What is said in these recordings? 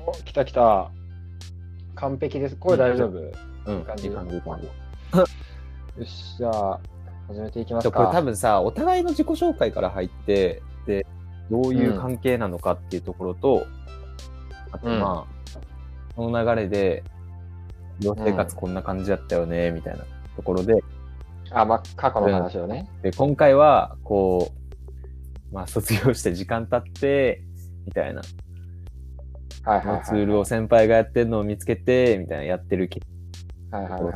お、来た来た。完璧です。声大丈夫？ うん、 いい感じ。 いい感じ、いい感じ。 よし、じゃあ、始めていきますこれ多か。 分さ、お互いの自己紹介から入って、で、どういう関係なのかっていうところと、あとまあ、その流れで、寮生活こんな感じだったよね、みたいなところで、 まあ、過去の話をね。 で、今回は、こう、まあ、卒業して時間経って、みたいな、 はいはいはい、はい。 ツールを先輩がやってるのを見つけて、みたいな、やってるはいはいはい、はい。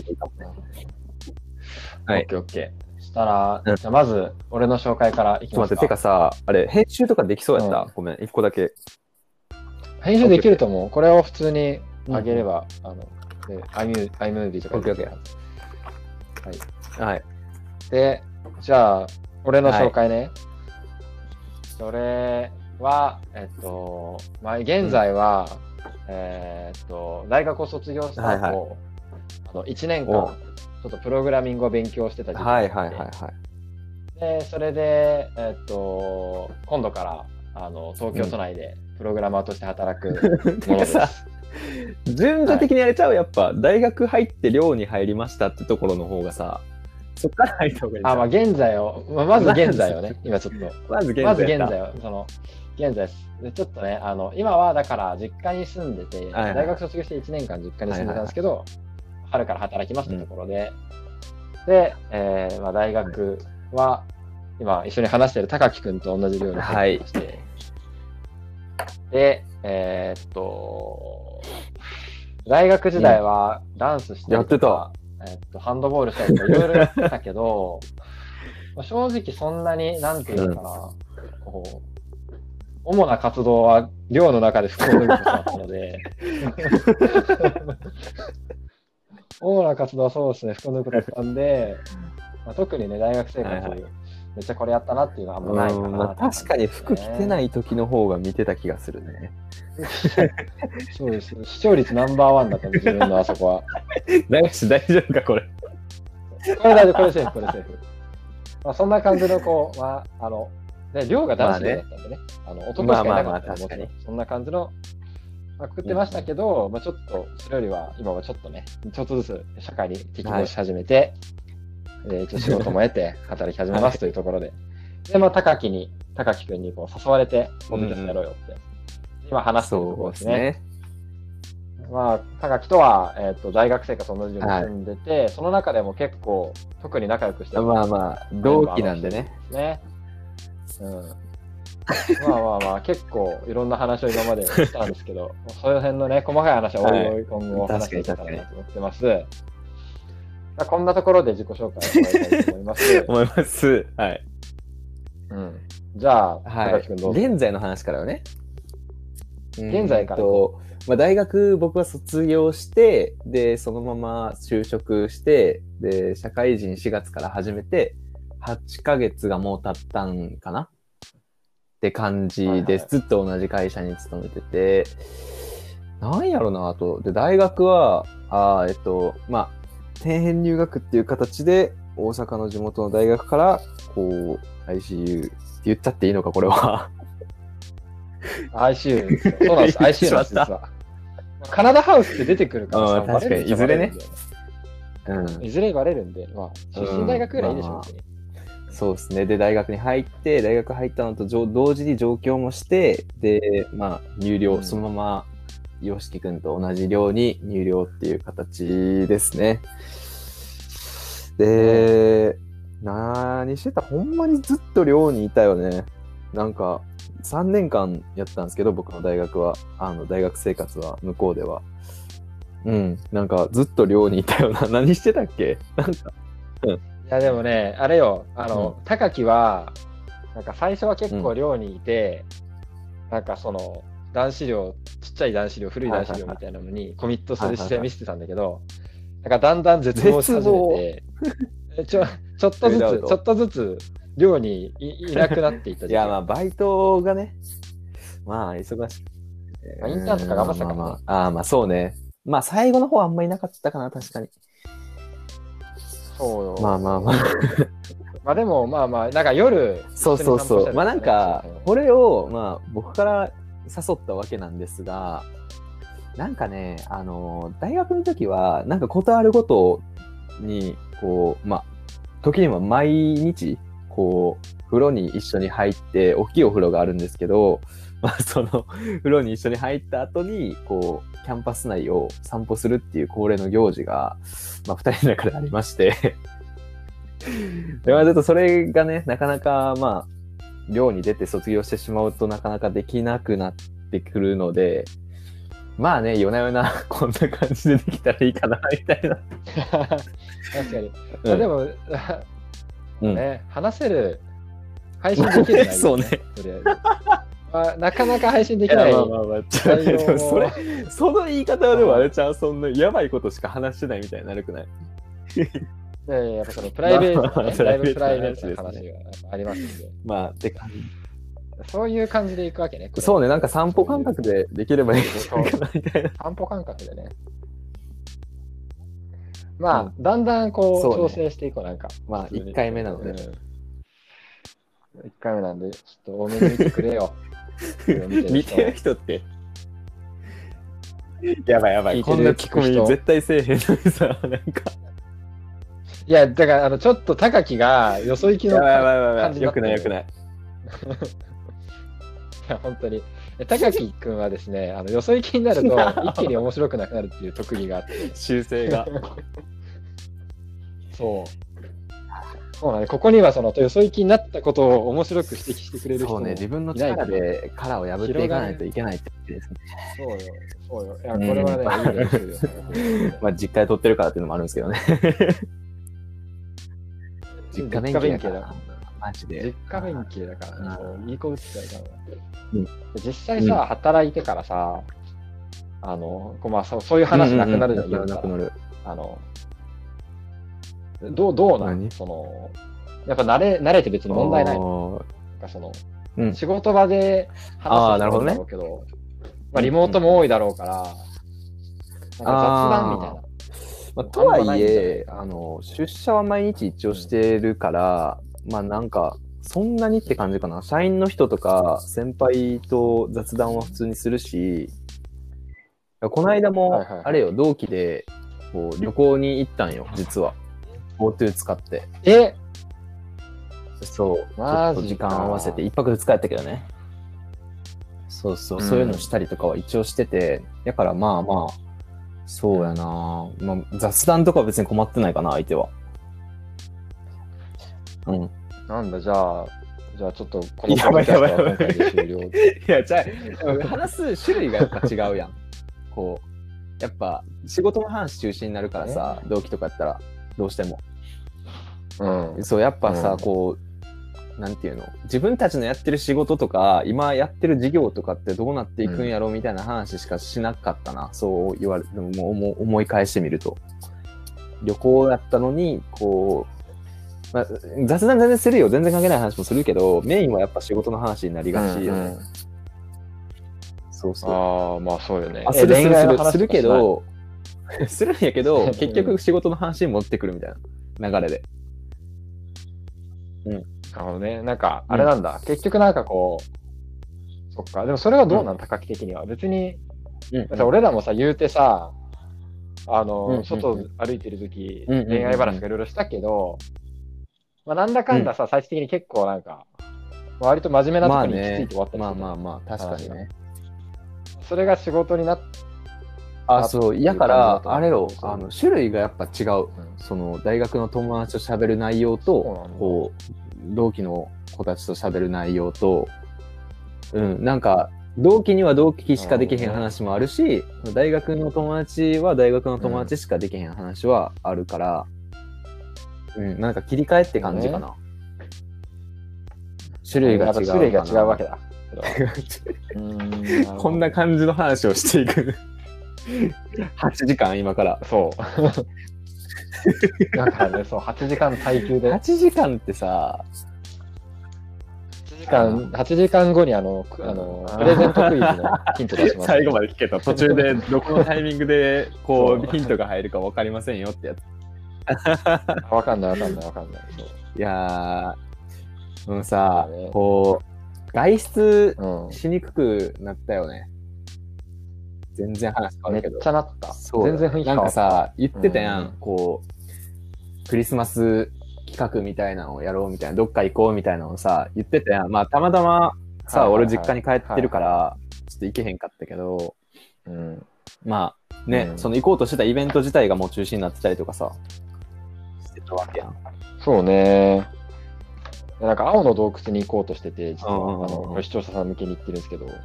はい。 オッケーオッケー。したら、じゃあまず、俺の紹介からいきますか。 てかさ、あれ、編集とかできそうやった、ごめん、一個だけ。 編集できると思う。これを普通に上げれば、iMovie とかできるはず。はい。はい。で、じゃあ、俺の紹介ね。それは、まあ、現在は、大学を卒業した後、1年間、ちょっとプログラミングを勉強してた時期があって、で、それで、今度から、東京都内でプログラマーとして働くものです。 順序的にやれちゃう、やっぱ、大学入って寮に入りましたってところの方がさ、そっから入った方がいい。 まあ、現在を、まず現在をね、今ちょっと。 まず現在を、現在です。でちょっとね、今はだから実家に住んでて、大学卒業して1年間実家に住んでたんですけど、春から働きますってところで、で、まあ、大学は、今一緒に話している高木くんと同じ寮に入ってまして、で、大学時代はダンスしたりとか、ハンドボールしたりとかいろいろやってたけど、正直そんなに、なんていうのかな、こう、主な活動は寮の中で服を脱ぐことだったので、主な活動はそうですね、服を脱ぐことだったんで、まあ、特にね、大学生活、めっちゃこれやったなっていうのはあんまないかな、 まあ、確かに服着てない時の方が見てた気がするね。 そうです。視聴率ナンバーワンだったんで、自分のあそこは。 大丈夫か、これ。 これ大丈夫、これセーフ、これセーフ。まあ、そんな感じの子は、で寮が男子寮だったんでね、男しかいなかったので、そんな感じの、まあ、食ってましたけど、まあ、ちょっと、それよりは、今はちょっとね、ちょっとずつ社会に適合し始めて、一応仕事も得て、働き始めますというところで、で、まあ、高木くんにこう誘われて、ポッドキャストやろうよって、今話してるところですね。まあ、高木とは、大学生活同じように住んでて、その中でも結構、特に仲良くしてる。 まあまあ、同期なんでね。 まあ、結構いろんな話を今までしたんですけど、そういう辺のね、細かい話はおいおい今後話していけたらなと思ってます。こんなところで自己紹介を終えたいと思います。 はい。 じゃあ、高木くんどうぞ。 現在の話からよね。 現在から。 まあ、大学僕は卒業して、で、そのまま就職して、で、社会人4月から始めて、8ヶ月がもう経ったんかなって感じです。ずっと同じ会社に勤めてて、なんやろな、あと。で、大学は、まあ、底辺入学っていう形で、大阪の地元の大学から、こう、ICU って言っちゃっていいのか、これは。 ICU、そうなんです、ICU なんです、実は。カナダハウスって出てくるからさ、 確かに、いずれね。 いずれバレるんで、まあ、出身大学ぐらいいいでしょう、 そうですね。で、大学に入って、大学入ったのと同時に上京もして、で、まあ、入寮、そのまま、YOSHIKIくんと同じ寮に入寮っていう形ですね。で、何してた？ほんまにずっと寮にいたよね。なんか、3年間やったんですけど、僕の大学は、大学生活は、向こうでは。なんか、ずっと寮にいたよな。何してたっけ？なんか、 いや、でもね、あれよ、高木は、なんか最初は結構寮にいて、なんかその、男子寮、ちっちゃい男子寮、古い男子寮みたいなのにコミットする姿勢見せてたんだけど、なんかだんだん絶望し始めて、ちょっとずつ寮に いなくなっていった。 いや、まあ、バイトがね、まあ、忙しくて。 インターンとか頑張ってたからね。 まあ、そうね。まあ、最後の方はあんまりなかったかな、確かに。 そうよ。 まあ。まあでも、なんか夜、 そう。まあなんか、これを、まあ僕から誘ったわけなんですが、なんかね、大学の時は、なんかことあるごとに、こう、まあ、時には毎日、こう、風呂に一緒に入って、大きいお風呂があるんですけど、まあ、その、風呂に一緒に入った後に、こう、キャンパス内を散歩するっていう恒例の行事が、まあ、二人の中でありまして、で、まあ、ちょっとそれがね、なかなか、まあ、寮に出て卒業してしまうとなかなかできなくなってくるので、まあね、夜な夜なこんな感じでできたらいいかな、みたいな。 確かに。まあ、でも、ね、話せる、配信できる内容、ね、 そうね。 とりあえず。まあ、なかなか配信できない。 まあまあまあ、その言い方はでもあれちゃう、そんなやばいことしか話してないみたいになるくない？ やっぱそのプライベートなね、だいぶプライベートな話がありますんで。 まあ、てか。 そういう感じでいくわけね。 そうね、なんか散歩感覚でできればいいんじゃないかなみたいな。 散歩感覚でね。まあ、だんだんこう、調整していこう、なんか。 まあ、1回目なので。 1回目なんで、ちょっと多めに見てくれよ。 見てる人って。やばいやばい。こんな聞こみ絶対せえへんのにさ、なんか。 いや、だから、ちょっと高木がよそ行きの感じよくないよくない。 いや、本当に。高木くんはですね、よそ行きになると一気に面白くなくなるっていう特技があって。 修正が。 そう。そうなんで、ここにはそのよそ行きになったことを面白く指摘してくれる人もいない。 そうね、自分の力で殻を破っていかないといけないってですね。 そうよ。いや、これはね、いい練習よ。 まあ、実家で撮ってるからっていうのもあるんですけどね。実家弁慶だから。マジで。 実家弁慶だから、いい子打っちゃうから。実際さ、働いてからさ、まあ、そういう話なくなるじゃん、 なくなる。 どうなんその、やっぱ慣れて別に問題ないの。なんかその、仕事場で話すのもだろうけど、まあ、リモートも多いだろうから、なんか雑談みたいな。 まあ、とはいえ、出社は毎日一応してるから、まあなんか、そんなにって感じかな。社員の人とか先輩と雑談は普通にするし、この間も、あれよ、同期でこう旅行に行ったんよ、実は。GoTo 使って。そう、ちょっと時間合わせて、1泊2日やったけどね。そういうのしたりとかは一応してて、だからまあまあ、そうやな、まあ、雑談とかは別に困ってないかな、相手は。 なんだ、じゃあちょっとこのやばいやばいやばい。 今回で終了。 いや、じゃあ、話す種類がやっぱ違うやん。こう、やっぱ仕事の話中心になるからさ、同期とかやったら、どうしても。そう、やっぱさ、こう、なんていうの、自分たちのやってる仕事とか、今やってる事業とかってどうなっていくんやろみたいな話しかしなかったな。そう言われても、思い返してみると。旅行やったのに、こう、まあ、雑談全然するよ。全然関係ない話もするけど、メインはやっぱ仕事の話になりがちよね。そうそう。 ああ、まあそうよね。 するけど、するんやけど、結局仕事の話に持ってくるみたいな流れで。 なんか、あれなんだ。結局なんかこう、そっか。でもそれはどうなん高木的には。別に、俺らもさ、言うてさ、外歩いてる時、恋愛話がいろいろしたけど、まあ、なんだかんださ、最終的に結構なんか、割と真面目なところに行き着いて終わったりする。 まあ、確かにね。 それが仕事になって、 そう、だから、あれよ、種類がやっぱ違う。その、大学の友達と喋る内容と、こう、同期の子たちと喋る内容と、なんか、同期には同期しかできへん話もあるし、大学の友達は大学の友達しかできへん話はあるから、なんか切り替えって感じかな。種類が違う。 種類が違うわけだ。 こんな感じの話をしていく。8時間今から。 そう。だからね、そう、8時間耐久で。 8時間ってさ、 8時間後にプレゼントクイズのヒント出します。 最後まで聞けた。途中でどこのタイミングでこうヒントが入るか分かりませんよってやつ。 分かんない。 いやー、さ、こう、 外出うん。 しにくくなったよね。全然話変わめっるけど。 ちゃなった。 そう全然雰囲気なん変わった。 かさ、言ってたやん、 うんこう、クリスマス企画みたいなのをやろうみたいな、どっか行こうみたいなのをさ、言ってたやん。まあ、たまたまさ、 はいはいはい俺実家に帰ってるから、ちょっと行けへんかったけど、 うん。 まあ、ね、 うんその行こうとしてたイベント自体がもう中止になってたりとかさ、してたわけやん。 そうね。なんか青の洞窟に行こうとしてて、実うんうんうんは、これ視聴者さん向けに言ってるんですけど、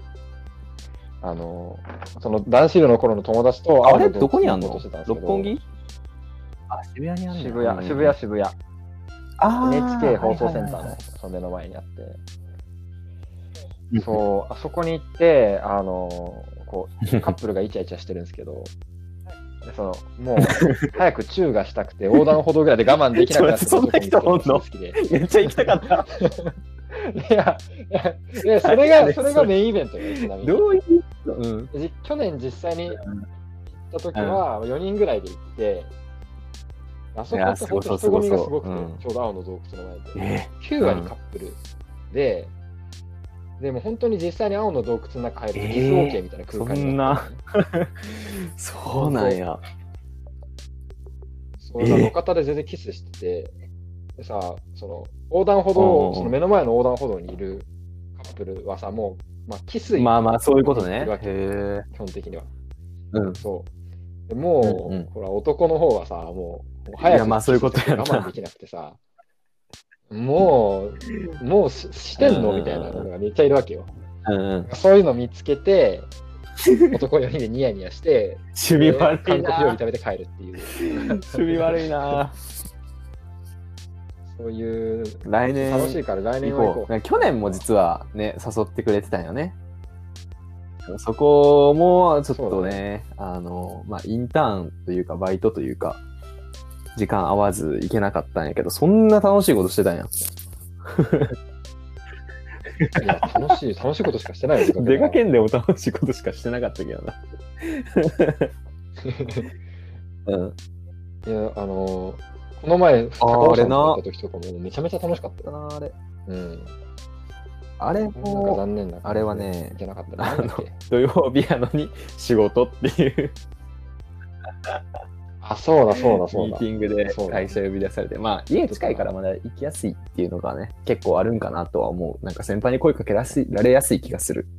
その男子寮の頃の友達とあれ青の洞窟どこにあんのに行こうとしてたんですけど、 六本木あ、渋谷にある渋谷、渋谷、渋谷。 あー NHK 放送センターのはいはいはいその目の前にあって、 うんそう、あそこに行って、こう、カップルがイチャイチャしてるんですけど、でもう、早くチューがしたくて、横断歩道ぐらいで我慢できなくなって、 そんな人おんの好きで。 めっちゃ行きたかった。 いや、それがメインイベントよ、ちなみに。 どういうことうん。 去年実際に行った時は4人ぐらいで行って、あそこって本当に人混みがすごくて、ちょうど青の洞窟の前で。9割カップルで、でも本当に実際に青の洞窟の中入るとキス OK みたいな空間になってる、 そうなんや。 そうだ、路肩で全然キスしてて、でさ、その横断歩道、その目の前の横断歩道にいるカップルはさ、もう、まあ、キスまあまあ、そういうことね。 わけへ基本的には。 うん。 そう。でもう、 うんうんほら、男の方はさ、もう早くいやまあそういうことやな我慢できなくてさ、もうしてんのみたいなのがめっちゃいるわけよ。 うんうん。 そういうの見つけて、男4人でニヤニヤして、 趣味悪い韓国料な理食べて帰るっていう。 趣味悪いなそういう、 来年楽しいから来年は行こう。 去年も実はね、誘ってくれてたんよね。そこもちょっとね、まあ、インターンというか、バイトというか、時間合わず行けなかったんやけど、そんな楽しいことしてたんや。 いや、楽しいことしかしてないよ。 出かけんでも楽しいことしかしてなかったけどな。うん。 いや、この前、高尾山に行った時とかもめちゃめちゃ楽しかったよ。 あれ。 うん。 あれなんかも、 残念な。 あれはね行けなかったなんだっけ土曜日やのに仕事っていうあ、そうだ。 ミーティングで会社呼び出されて、まあ家近いからまだ行きやすいっていうのがね、結構あるんかなとは思う。なんか先輩に声かけられやすい気がする。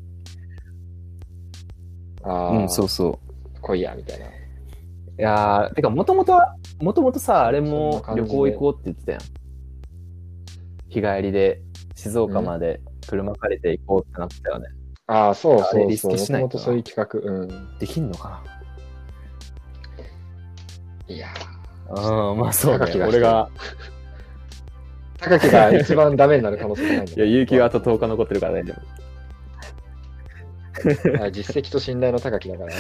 うん、そうそう。 来いや、みたいな。 いやー、てかもともとさ、あれも旅行行こうって言ってたやん。日帰りで静岡まで車借りて行こうってなってたよね。 ああ、そう。 リスケしないともともとそういう企画。うん。 できんのかな。 いやまあそうね。俺が。 高木が一番ダメになる可能性がないんだ。 いや、勇気があと10日残ってるから大丈夫。実績と信頼の高木だから、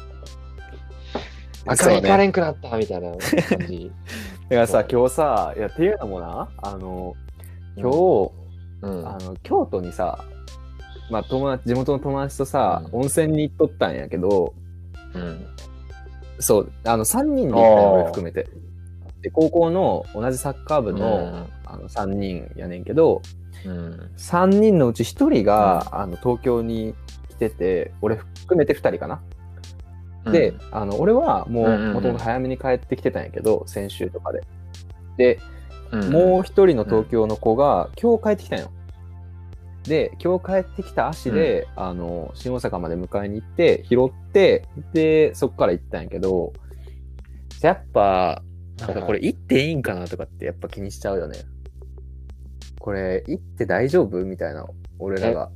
赤いかれんくなったみたいな感じ。 だからさ、今日さ、いや、っていうのもな、今日、京都にさ、まあ地元の友達とさ、温泉に行っとったんやけど、そう、3人で行ったよ、俺含めて。で、高校の同じサッカー部の、3人やねんけど、3人のうち1人が、東京に来てて、俺含めて2人かな。で、俺はもともと早めに帰ってきてたんやけど、先週とかで。で、もう1人の東京の子が今日帰ってきたんよ。で、今日帰ってきた足で、新大阪まで迎えに行って、拾って、で、そこから行ったんやけど、やっぱ、なんかこれ行っていいんかなとかってやっぱ気にしちゃうよね。これ行って大丈夫みたいな、俺らが。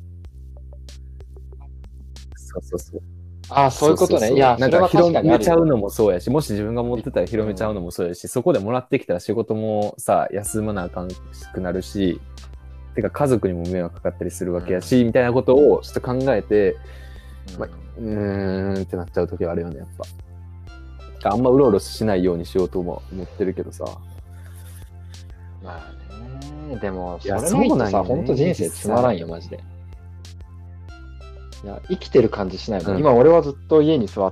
そう。 ああ、そういうことね。いや、 なんか広めちゃうのもそうやし、もし自分が持ってたら広めちゃうのもそうやし、そこでもらってきたら仕事もさ、休まなあかんくなるし、てか家族にも迷惑かかったりするわけやし、みたいなことをちょっと考えて、ってなっちゃう時はあるよね、やっぱ。あんまうろうろしないようにしようとも思ってるけどさ。 まあね、でも、それないとさ、ほんと人生つまらんよ、マジで。いや、生きてる感じしないもん。今、俺はずっと家に座って、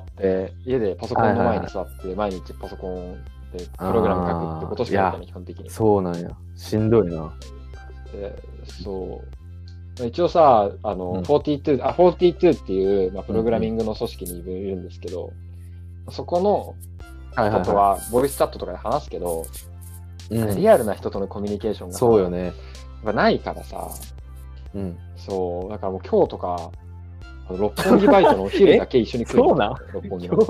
家でパソコンの前に座って、毎日パソコンでプログラム書くってことしかやってない、基本的に。 そうなんや。しんどいな。 で、そ一応さ、42っていう、まあ、プログラミングの組織にいるんですけど、そこの人とは、ボイスチャットとかで話すけど、リアルな人とのコミュニケーションがそうよね。 やっぱないからさ、そう、だからもう今日とか、六本木バイトのお昼だけ一緒に来る。 そうなん？ 六本木の。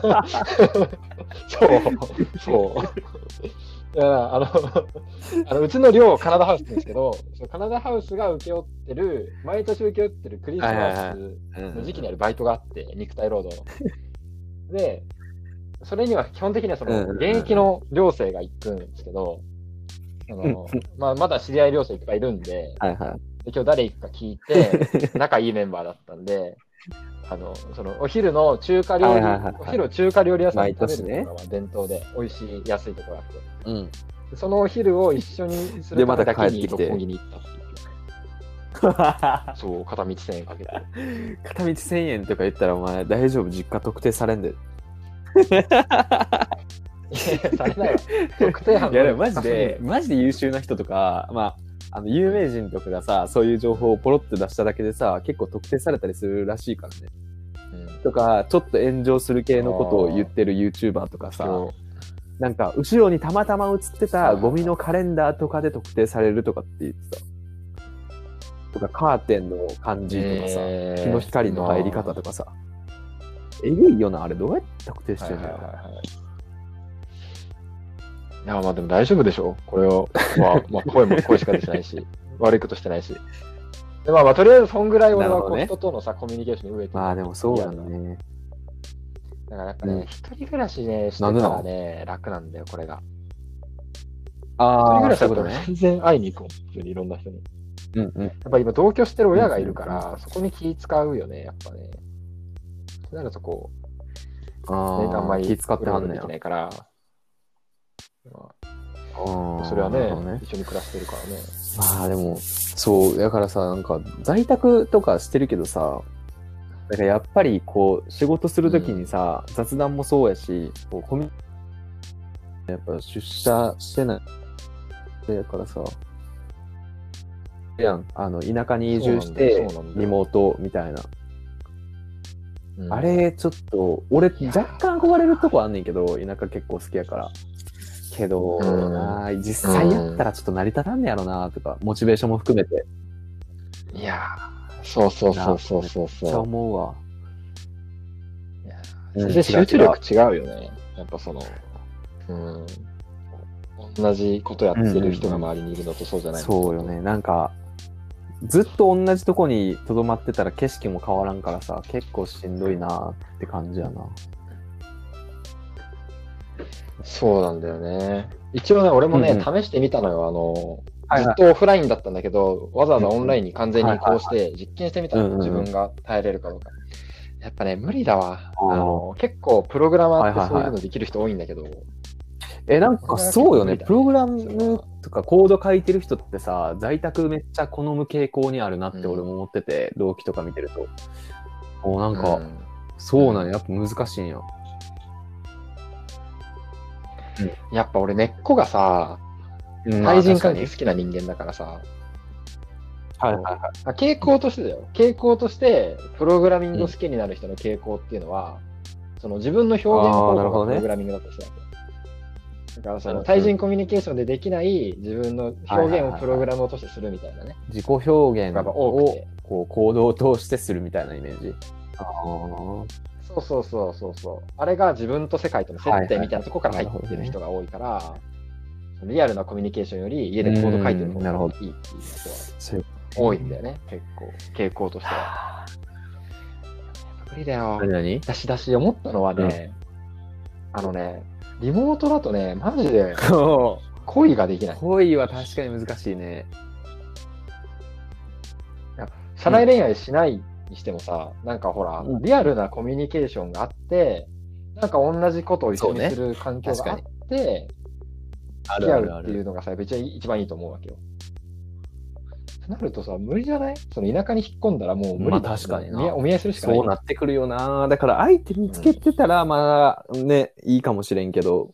そう。いやうちの寮カナダハウスって言うんですけど、カナダハウスが毎年請け負ってるクリスマスの時期にあるバイトがあって、肉体労働の。で、それには基本的には現役の寮生が行くんですけど、まだ知り合い寮生いっぱいいるんで、で今日誰行くか聞いて、仲いいメンバーだったんで、お昼の中華料理、お昼を中華料理屋さんで食べるのが伝統で、美味しい、安いところがあって、そのお昼を一緒にするためだけに六本木に行ったっていう。そう、片道1000円かけて。 片道1000円とか言ったらお前大丈夫、実家特定されんで。 されないわ。特定犯。 いや、マジで優秀な人とか、まあ、有名人とかがさ、そういう情報をポロって出しただけでさ、結構特定されたりするらしいからね。とか、ちょっと炎上する系のことを言ってる YouTuber とかさ、なんか、後ろにたまたま映ってたゴミのカレンダーとかで特定されるとかって言ってた。とか、カーテンの感じとかさ、日の光の入り方とかさ。えぐいよな、あれどうやって特定してるのよ。 いや、まあでも大丈夫でしょ。これを、まあ声しか出てないし、悪いことしてないし。で、まあとりあえずそんぐらい俺は人とのさ、コミュニケーションに飢えてる。 まあでもそうなんだね。 だからやっぱね、一人暮らしね、してたらね、楽なんだよ、これが。一人暮らしだと全然会いに行こう。普通にいろんな人に。やっぱ今同居してる親がいるから、そこに気使うよね、やっぱね。そうなるとこう、あんまり気使ってはんねや。 できないから、それはね、一緒に暮らしてるからね。 まあでも、そう、だからさ、なんか在宅とかしてるけどさ、だからやっぱりこう、仕事するときにさ、雑談もそうやし、こうやっぱ出社してない。だからさ、田舎に移住して、リモートみたいな。あれ、ちょっと、俺、若干憧れるとこあんねんけど、田舎結構好きやから。けど、実際やったらちょっと成り立たんねやろなとか、モチベーションも含めて。 いやー、そう。 めっちゃ思うわ。 全然集中力違うよね。やっぱ同じことやってる人が周りにいるのとそうじゃない、 そうよね。なんか、ずっと同じとこに留まってたら景色も変わらんからさ、結構しんどいなって感じやな。 そうなんだよね。一応ね、俺もね、試してみたのよ。ずっとオフラインだったんだけど、わざわざオンラインに完全に移行して実験してみたの。自分が耐えれるかどうか。やっぱね、無理だわ。結構プログラマーってそういうのできる人多いんだけど。 なんかそうよね。プログラムとかコード書いてる人ってさ、在宅めっちゃ好む傾向にあるなって俺も思ってて、同期とか見てると。なんか、そうなんや。やっぱ難しいんや。 やっぱ俺根っこがさ、対人関係好きな人間だからさ、傾向としてだよ。傾向として、プログラミング好きになる人の傾向っていうのは、自分の表現方法がプログラミングだとしてるわけ。だから対人コミュニケーションでできない自分の表現をプログラムを通してするみたいなね。 自己表現をこう行動を通してするみたいなイメージ。 そう。あれが自分と世界との接点みたいなところから入ってる人が多いから、リアルなコミュニケーションより家でコード書いてる方がいいっていう人は多いんだよね、結構、傾向としては。無理だよ。だし思ったのはね、リモートだとね、マジで恋ができない。 恋は確かに難しいね。 社内恋愛しないにしてもさ、なんかほら、リアルなコミュニケーションがあって、なんか同じことを一緒にする環境があって、付き合うっていうのがさ、一番いいと思うわけよ。となるとさ、無理じゃない？田舎に引っ込んだらもう無理だ。 まあ確かにな。 お見合いするしかない。 そうなってくるよな。だから相手見つけてたら、まあね、いいかもしれんけど、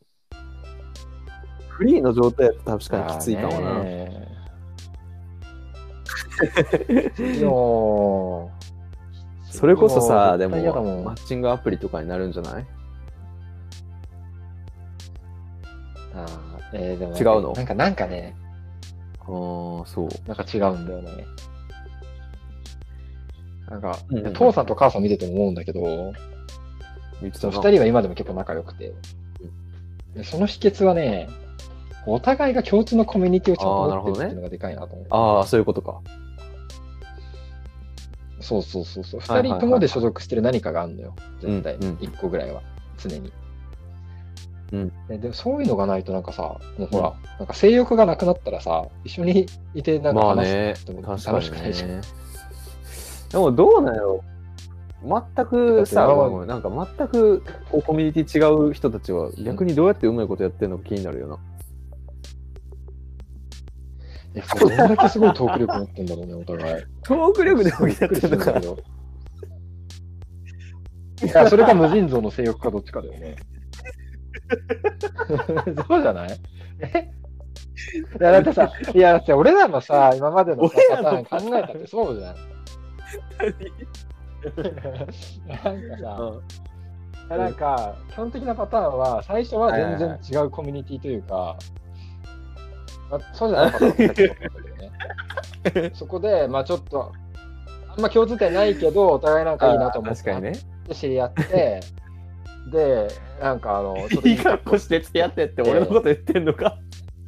フリーの状態だと確かにきついかもな。 それこそさ、でももマッチングアプリとかになるんじゃない？ でも違うの？ なんかね、 そう。 なんか違うんだよね。なんか、父さんと母さん見てても思うんだけど、二人は今でも結構仲良くて、その秘訣はね、お互いが共通のコミュニティをちゃんと持ってるっていうのがでかいなと思う。 そういうことか。 そう。二人ともで所属してる何かがあるのよ。絶対。一個ぐらいは。常に。でもそういうのがないとなんかさ、もうほら、なんか性欲がなくなったらさ、一緒にいてなんか話すっても楽しくないじゃん。 でもどうなんやろう。全くさ、なんか全くこうコミュニティ違う人たちは逆にどうやってうまいことやってるのか気になるよな。 どれだけすごいトーク力持ってんだろうね、お互い。 トーク力でもやってるのか。 いや、それか無尽蔵の性欲かどっちかだよね。そうじゃない？いや、だってさ、俺らのさ、今までのパターン考えたってそうじゃん。なんか基本的なパターンは、最初は全然違うコミュニティというか、そうじゃなかったんだけどね。そこで、ちょっと、あんま共通点ないけど、お互いなんかいいなと思って、知り合って、で、なんかちょっといい格好して付き合ってって俺のこと言ってんのか。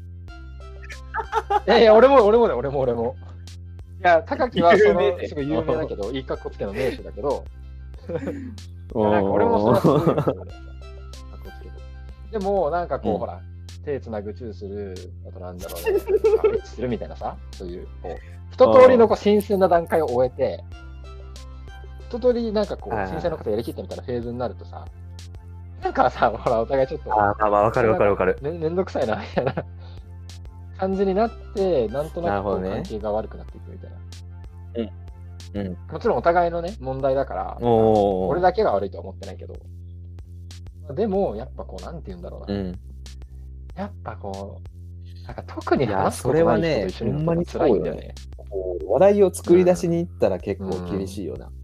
いや、俺も。いや、高木はすごい有名だけど、いい格好つけの名手だけど、なんか俺もそれはすごい格好つけて。でも、なんかこう、ほら、手つなぐチューする、あとなんだろうね、エッチするみたいなさ、そういう、こう、一通りの新鮮な段階を終えて、一通りなんかこう、新鮮なことやりきったみたいなフェーズになるとさ、なんかさ、ほら、お互いちょっと、 わかる。 めんどくさいな、みたいな感じになって、なんとなく関係が悪くなっていくみたいな。もちろんお互いのね、問題だから、俺だけが悪いとは思ってないけど、でも、やっぱこう、なんて言うんだろうな。やっぱこう、なんか特に話すことない人と一緒にいるのが辛いんだよね。 話題を作り出しに行ったら結構厳しいよな。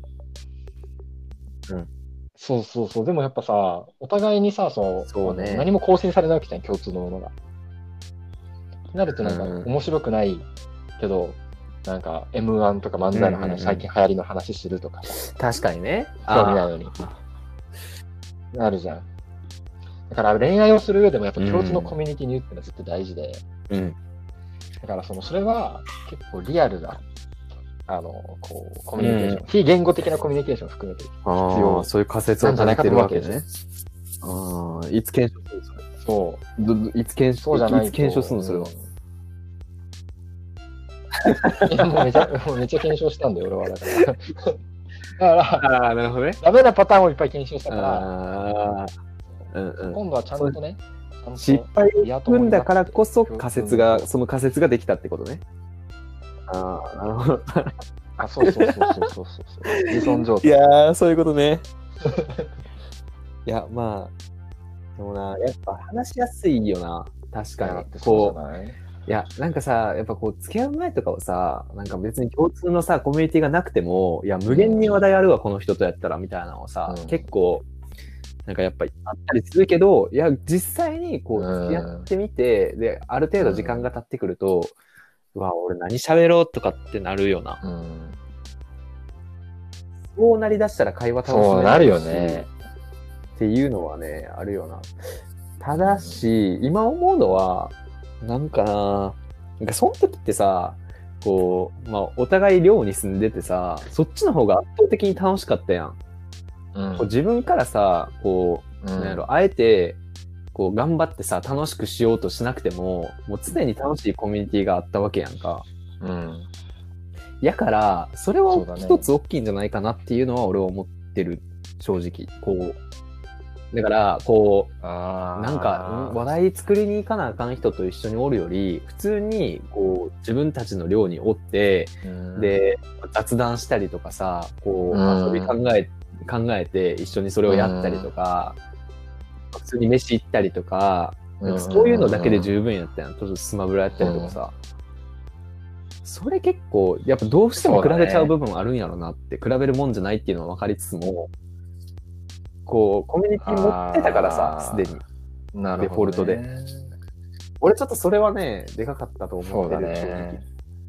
そう。でもやっぱさ、お互いにさ、何も更新されないわけじゃん、共通のものが。なるとなんか面白くないけど、なんか M1 とか漫才の話、最近流行りの話するとかさ。 確かにね。 興味ないのに。なるじゃん。だから恋愛をする上でもやっぱ共通のコミュニティにいるってのは絶対大事で。だからそれは結構リアルな、こう、コミュニケーション、非言語的なコミュニケーションを含めて必要。 そういう仮説をされてるわけね。いつ検証するのそれ。そう。いつ検証するのそれは。 もうめちゃ検証したんだよ、俺は。だから、 なるほどね。 ダメなパターンをいっぱい検証したから、今度はちゃんとね、 失敗を踏んだからこそその仮説ができたってことね。なるほど。 そう。自尊状態。 いやー、そういうことね。いや、でもな、やっぱ話しやすいよな。確かに。こう。いや、なんかさ、やっぱこう、付き合う前とかはさ、なんか別に共通のさ、コミュニティがなくても、いや、無限に話題あるわ、この人とやったら、みたいなのをさ、結構、なんかやっぱりあったりするけど、いや、実際にこう、付き合ってみて、で、ある程度時間が経ってくると、うわ、俺何喋ろうとかってなるよな。そうなりだしたら会話楽しめないし。 そうなるよね。 っていうのはね、あるよな。ただし、今思うのは、なんかその時ってさ、こう、お互い寮に住んでてさ、そっちの方が圧倒的に楽しかったやん。こう自分からさ、こう、なんやろ、あえて、こう、頑張ってさ、楽しくしようとしなくても、もう常に楽しいコミュニティがあったわけやんか。やから、それは一つ大きいんじゃないかなっていうのは俺は思ってる、正直。こう、だから、こう、なんか、話題作りに行かなあかん人と一緒におるより、普通に、こう、自分たちの寮におって、で、雑談したりとかさ、こう、遊び考えて一緒にそれをやったりとか、普通に飯行ったりとか、そういうのだけで十分やったやん。ちょっとスマブラやったりとかさ。 それ結構、やっぱどうしても比べちゃう部分あるんやろなって、比べるもんじゃないっていうのは分かりつつも、こう、コミュニティ持ってたからさ、すでに。 なるほど、ね。 デフォルトで。俺ちょっとそれはね、でかかったと思ってる、 そうだね。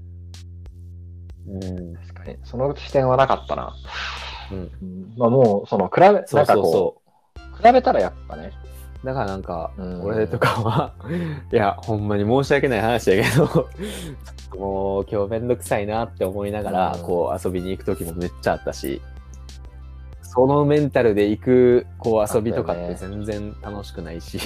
確かに。その視点はなかったな。 まあもう、比べ、なんかこう、比べたらやっぱね。 だからなんか、俺とかは、いや、ほんまに申し訳ない話だけど、もう今日めんどくさいなって思いながら、こう遊びに行く時もめっちゃあったし、そのメンタルで行くこう遊びとかって全然楽しくないし。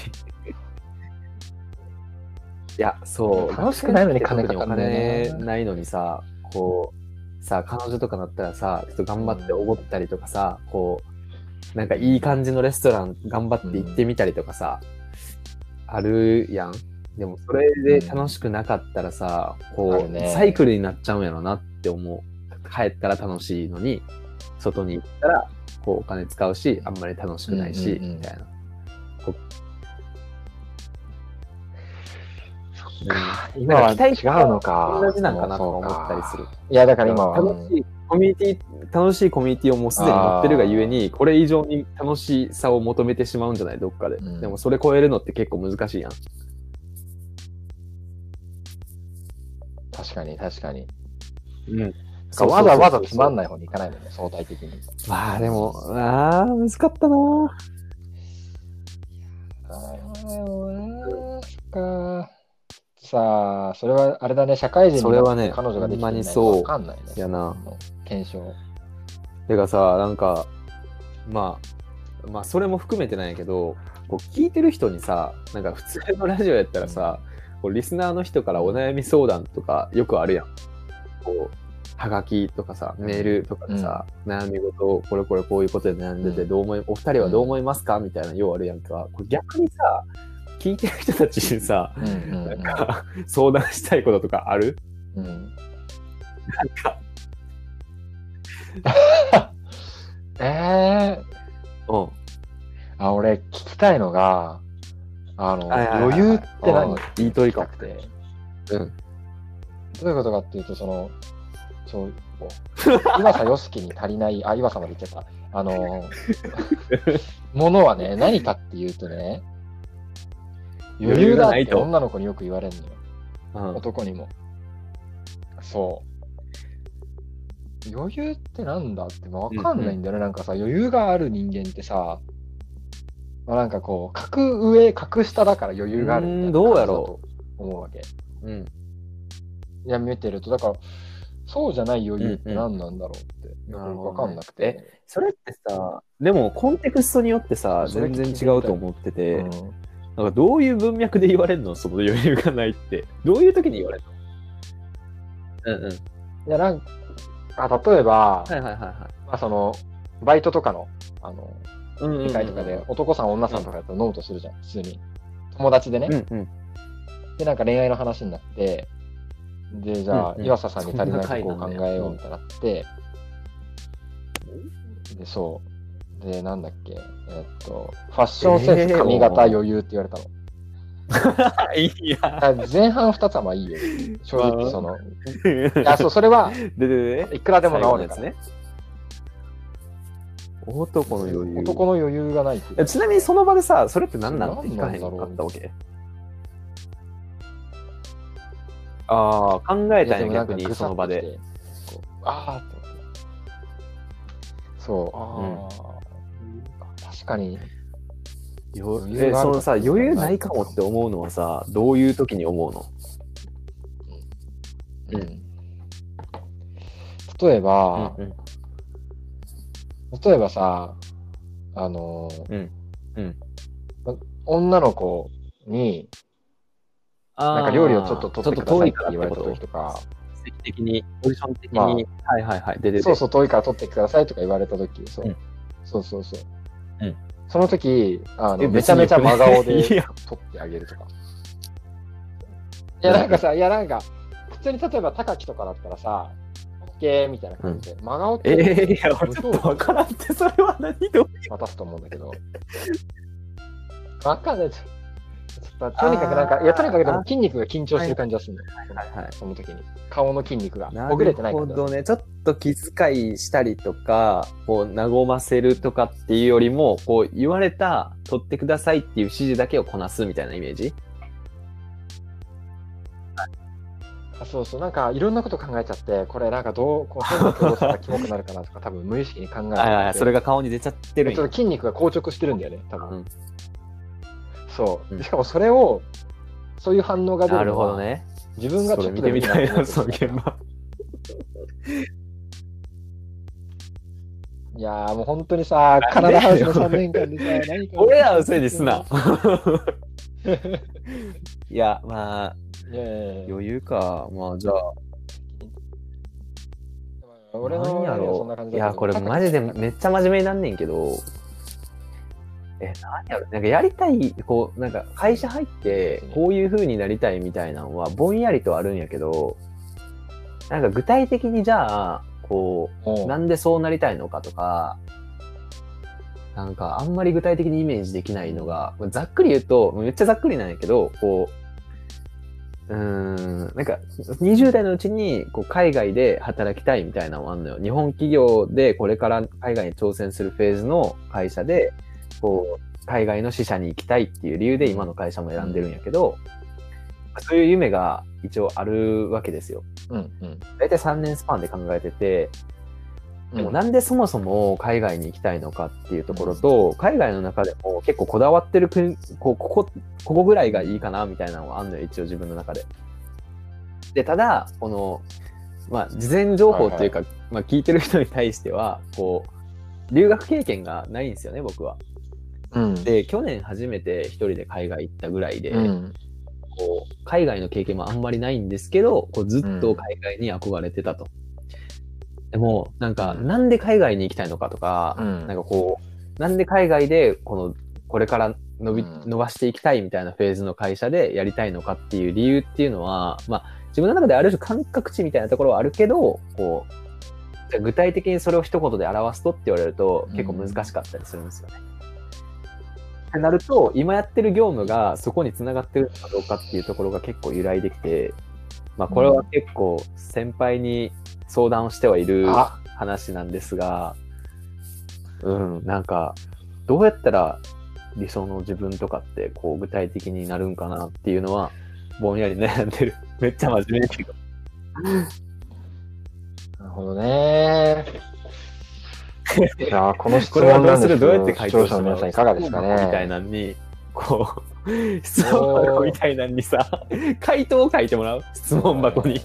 いや、そう。 楽しくないのに金かかかるね。お金ないのにさ、こう、さ、彼女とかなったらさ、ちょっと頑張っておごったりとかさ、こう、なんかいい感じのレストラン頑張って行ってみたりとかさ、あるやん。でもそれで楽しくなかったらさ、こう、サイクルになっちゃうんやろなって思う。帰ったら楽しいのに、外に行ったら、こうお金使うし、あんまり楽しくないし、みたいな。 今は違うのか。 同じなんかなと思ったりする。 いや、だから今は。 楽しいコミュニティをもうすでに持ってるがゆえに、これ以上に楽しさを求めてしまうんじゃないどっかで。でもそれ超えるのって結構難しいやん。 確かに、確かに。 わざわざつまんない方に行かないもんね、相対的に。 まあでも、難かったなさあ、それはあれだね、社会人になって彼女ができてないと分かんないね。 やな。 検証。 てかさ、なんか、まあ、それも含めてないけど、こう聞いてる人にさ、なんか普通のラジオやったらさ、こうリスナーの人からお悩み相談とかよくあるやん。こう、はがきとかさ、メールとかでさ、悩み事をこういうことで悩んでて、お二人はどう思いますかみたいなようあるやんか。これ逆にさ、聞いてる人たちにさ、なんか相談したいこととかある？なんか俺聞きたいのが、余裕って何？ いい問いかもて。どういうことかっていうと、岩佐良樹に足りない、岩佐まで言っちゃった。ものはね、何かっていうとね、余裕だって女の子によく言われるのよ。男にも。そう。余裕ってなんだってわかんないんだよね。なんかさ、余裕がある人間ってさ、なんかこう、格上、格下だから余裕があるみたいなどうやろう思うわけ。いや、見てると、だから、そうじゃない余裕って何なんだろうって、わかんなくて。 それってさ、でもコンテクストによってさ、全然違うと思ってて、なんかどういう文脈で言われるの？その余裕がないって。どういう時に言われるの？ いや、なんか、例えば、バイトとかの、世界とかで、男さん、女さんとかやったらノートするじゃん、普通に。友達でね。で、なんか恋愛の話になって、で、じゃあ、岩佐さんに足りないとこを考えようみたいになって、で、そう。で、なんだっけ、ファッションセンス、髪型、余裕って言われたの。 いや。前半2つはまあいいよ。正直、いや、それは、いくらでも治るからね。 男の余裕。 男の余裕がないって。 ちなみにその場でさ、それって何なんて聞かへんかったわけ？考えたんや、逆にその場で。 確かに。 そのさ、余裕ないかもって思うのはさ、どういう時に思うの？ 例えばさ、女の子に、なんか料理をちょっと取ってくださいって言われた時とか、 奇跡的に、オーディション的に、 そう、遠いから取ってくださいとか言われた時、そう。その時、めちゃめちゃ真顔で取ってあげるとか。いや、なんか、普通に例えば高木とかだったらさ、OK みたいな感じで、真顔って。 いや、俺ちょっとわからんって、それは何と渡すと思うんだけど。わかんない。 とにかくなんか、いや、とにかくでも筋肉が緊張してる感じがするのよ。 はいはい。 その時に。顔の筋肉がなほぐれてないる感じがする。 ほどね。ちょっと気遣いしたりとか、こう、和ませるとかっていうよりも、こう、言われた、取ってくださいっていう指示だけをこなすみたいなイメージ。 そうそう、なんかいろんなこと考えちゃって、これなんかこう変な動作がキモくなるかなとか、多分無意識に考えちゃって、 それが顔に出ちゃってるんや。 ちょっと筋肉が硬直してるんだよね、多分。 うん、 そう。 うんしかもそれを、そういう反応が出なるのは、 るほどね。 自分がちょっとでもみたいな、そのそ現場。 いやーもう本当にさ、カナダハウスの3年間でさ、何か。 俺らのせいにすな。いや、まあ、 いやいやいや余裕か。まあ、じゃあ、 俺の何やはそんろう。 な感じだけど。 いや、これマジでめっちゃ真面目になんねんけど、何やろ。なんかやりたい、こう、なんか会社入って、こういう風になりたいみたいなのは、ぼんやりとあるんやけど、なんか具体的にじゃあ、こう、なんでそうなりたいのかとか、なんかあんまり具体的にイメージできないのが、ざっくり言うと、めっちゃざっくりなんやけど、こう、なんか20代のうちにこう海外で働きたいみたいなのもあるのよ。日本企業でこれから海外に挑戦するフェーズの会社で、こう、海外の支社に行きたいっていう理由で今の会社も選んでるんやけど、そういう夢が一応あるわけですよ。だいたい3年スパンで考えてて、でもなんでそもそも海外に行きたいのかっていうところと、海外の中でも結構こだわってる国、ここぐらいがいいかなみたいなのがあるのよ、一応自分の中で。で、ただ、この、まあ、事前情報というか、まあ、聞いてる人に対しては、こう、留学経験がないんですよね、僕は。で、去年初めて一人で海外行ったぐらいで、こう海外の経験もあんまりないんですけど、こうずっと海外に憧れてたと。でも、なんか、なんで海外に行きたいのかとか、なんかこう、なんで海外で、これから伸ばしていきたいみたいなフェーズの会社でやりたいのかっていう理由っていうのは、まあ、自分の中である種感覚値みたいなところはあるけど、こう、じゃ具体的にそれを一言で表すとって言われると結構難しかったりするんですよね。ってなると、今やってる業務がそこに繋がってるのかどうかっていうところが結構由来できて、まあこれは結構先輩に相談をしてはいる話なんですが、なんか、どうやったら理想の自分とかってこう具体的になるんかなっていうのは、ぼんやり悩んでる。めっちゃ真面目だけど。 なるほどね。いやこの質問なんですけど、 どうやって回答視聴者の皆さんいかがですかね。 みたいなのに、こう、質問箱みたいなのにさ、回答を書いてもらう質問箱に。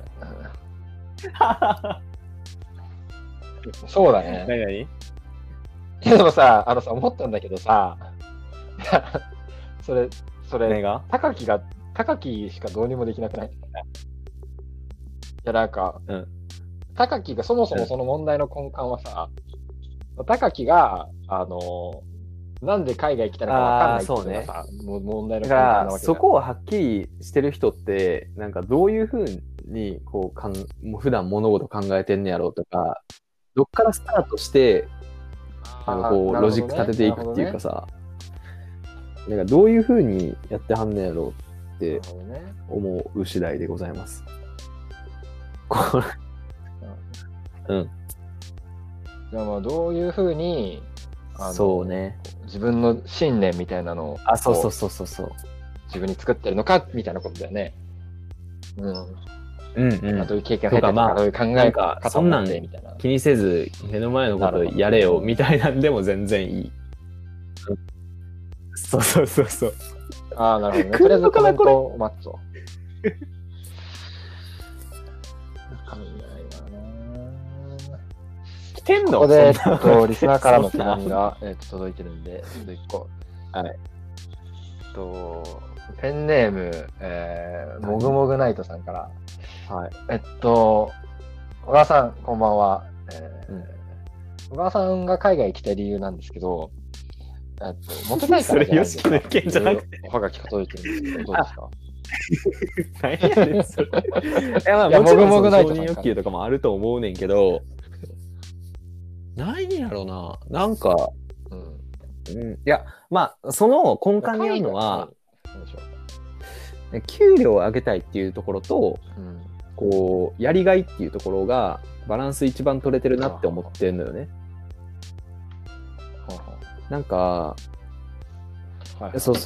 そうだね。 何いやでもさ、思ったんだけどさ、それ、高木しかどうにもできなくない？いや、なんか、高木がそもそもその問題の根幹はさ、高木が、なんで海外来たのか分かんないっていうのがさ、問題の根幹なわけだ。 そこをはっきりしてる人って、なんかどういうふうに、こう、普段物事考えてんねやろうとか、どっからスタートして、なんかこう、ロジック立てていくっていうかさ、なんかどういうふうにやってはんねやろうって思う次第でございます。これ、 じゃあまあどういうふうに、 そうね。 自分の信念みたいなのを、 そう。 自分に作ってるのかみたいなことだよね。どういう経験を経てとか、どういう考え方そんなんみたいな。気にせず、目の前のことやれよみたいなんでも全然いい。そう。 なるほどね。とりあえずコメントを待つと。 来てんの？ ここで、リスナーからの手紙が、届いてるんで、1個。 はい。 ペンネーム、もぐもぐナイトさんから。 はい。 小川さん、こんばんは。小川さんが海外行きたい理由なんですけど、モテたいからじゃないんですか。 それ、ヨシキの意見じゃなくて。 おはがきが届いてるんですけど、どうですか？ 何やねん、それ。もちろん承認欲求とかもあると思うねんけど、何やろな。なんか、いや、まあ、その根幹にあるのは、 給料を上げたいっていうところと、 うん、 こう、やりがいっていうところが、バランス一番取れてるなって思ってるのよね。なんか、はいはい、そう。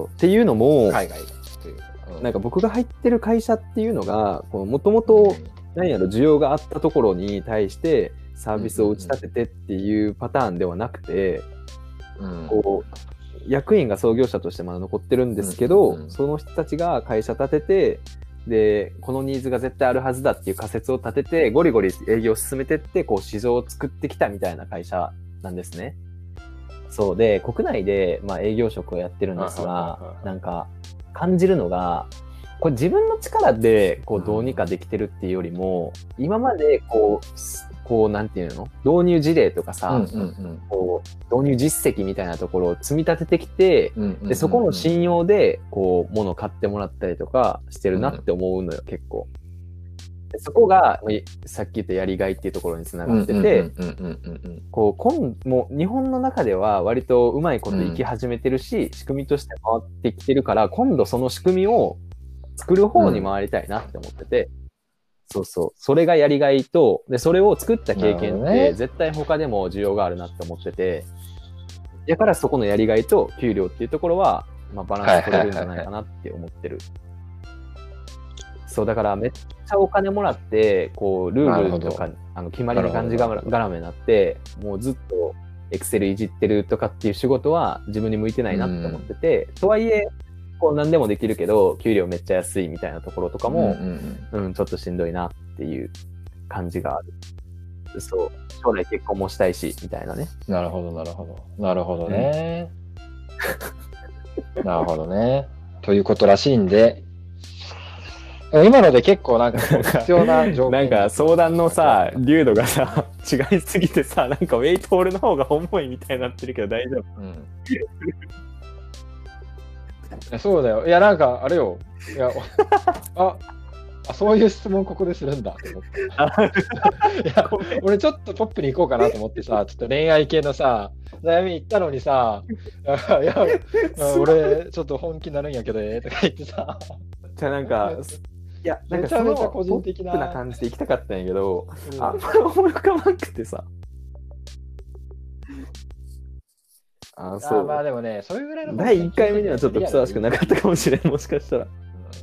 っていうのも、 海外っていう、 なんか僕が入ってる会社っていうのが、もともと、何やろ、需要があったところに対してサービスを打ち立ててっていうパターンではなくて、こう、役員が創業者としてまだ残ってるんですけど、その人たちが会社立てて、で、このニーズが絶対あるはずだっていう仮説を立てて、ゴリゴリ営業を進めてって、こう、市場を作ってきたみたいな会社なんですね。そうで、国内で、まあ、営業職をやってるんですが、なんか、感じるのが、これ自分の力で、こう、どうにかできてるっていうよりも、今まで、こう、なんていうの？導入事例とかさ、こう、導入実績みたいなところを積み立ててきて、で、そこの信用で、こう、物を買ってもらったりとかしてるなって思うのよ、結構。でそこが、さっき言ったやりがいっていうところにつながってて、こう、もう日本の中では割とうまいこといき始めてるし、仕組みとして回ってきてるから、今度その仕組みを作る方に回りたいなって思ってて、それがやりがいと、で、それを作った経験って絶対他でも需要があるなって思ってて、だからそこのやりがいと給料っていうところは、まあ、バランス取れるんじゃないかなって思ってる。そう、だからめっちゃお金もらって、こう、ルールとか、決まりにがんじがらめになって、もうずっとエクセルいじってるとかっていう仕事は自分に向いてないなって思ってて、とはいえ、こう何でもできるけど、給料めっちゃ安いみたいなところとかも、ちょっとしんどいなっていう感じがある。そう、将来結婚もしたいし、みたいなね。 なるほどね。なるほどね。ということらしいんで、今ので結構なんか必要な条件なんか相談のさ、流度がさ、違いすぎてさ、なんかウェイト俺の方が重いみたいになってるけど大丈夫？ そうだよ。いや、なんかあれよ。いや、そういう質問ここでするんだと思って。いや、俺ちょっとポップに行こうかなと思ってさ、ちょっと恋愛系のさ、悩み言ったのにさ、いや、俺ちょっと本気になるんやけどとか言ってさ。 じゃあなんか、いや、なんかその個人的な感じで行きたかったんやけど、あんまり思い浮かばなくてさ。そう。 まあでもね、そういうぐらいの。 第1回目にはちょっとふさわしくなかったかもしれん、もしかしたら。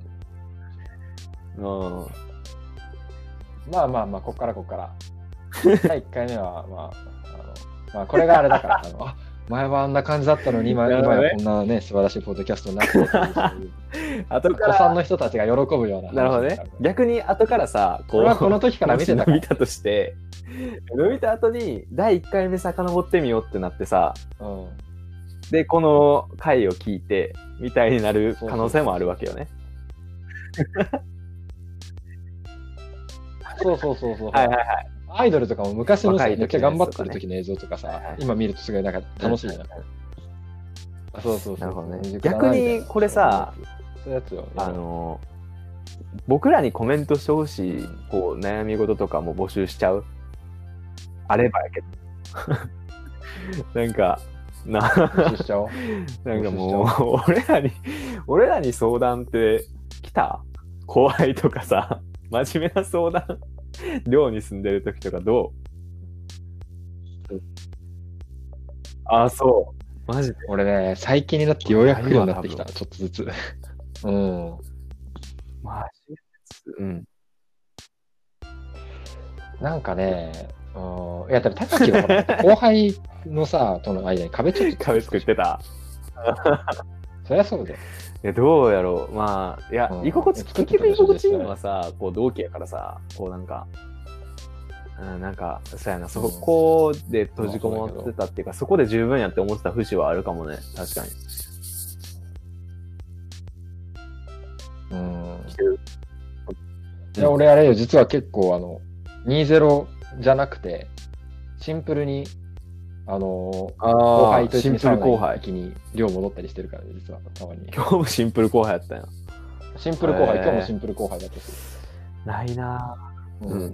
まあ、こっから。第1回目は、まあ、これがあれだから、前はあんな感じだったのに、今はこんなね、素晴らしいポッドキャストになってる後から、子さんの人たちが喜ぶような。 なるほどね。逆に後からさ、 この時から見てたとして、見た後に、第1回目遡ってみようってなってさ、で、この回を聞いて、みたいになる可能性もあるわけよね。 そう。 はい。 アイドルとかも昔のめっちゃ頑張ってる時の映像とかさ、今見るとすごいなんか楽しいじゃん。そう。 なるほどね。逆にこれさ、 そういうやつよ。 僕らにコメントしてほしい、こう、悩み事とかも募集しちゃう？あればやけど。なんか、なんかもう、俺らに相談って来た？後輩とかさ、真面目な相談、寮に住んでる時とかどう？そうマジで。 俺ね、最近になってようやく来るようになってきた、ちょっとずつ。 マジで。 なんかね、いや、多分高木は後輩のさ、との間に壁作ってた。 そりゃそうだよ。 いや、どうやろう。まあ、いや、結局居心地いいのはさ、こう同期やからさ、こうなんか、なんか、そうやな、そこで閉じこもってたっていうか、そこで十分やって思ってた節はあるかもね、確かに。 いや、俺あれよ、実は結構2-0じゃなくて、シンプルに、後輩と一緒にサウナ行った時に寮戻ったりしてるからね、実は、たまに。 今日もシンプル後輩やったんや。 シンプル後輩、今日もシンプル後輩だったし。 ないなぁ。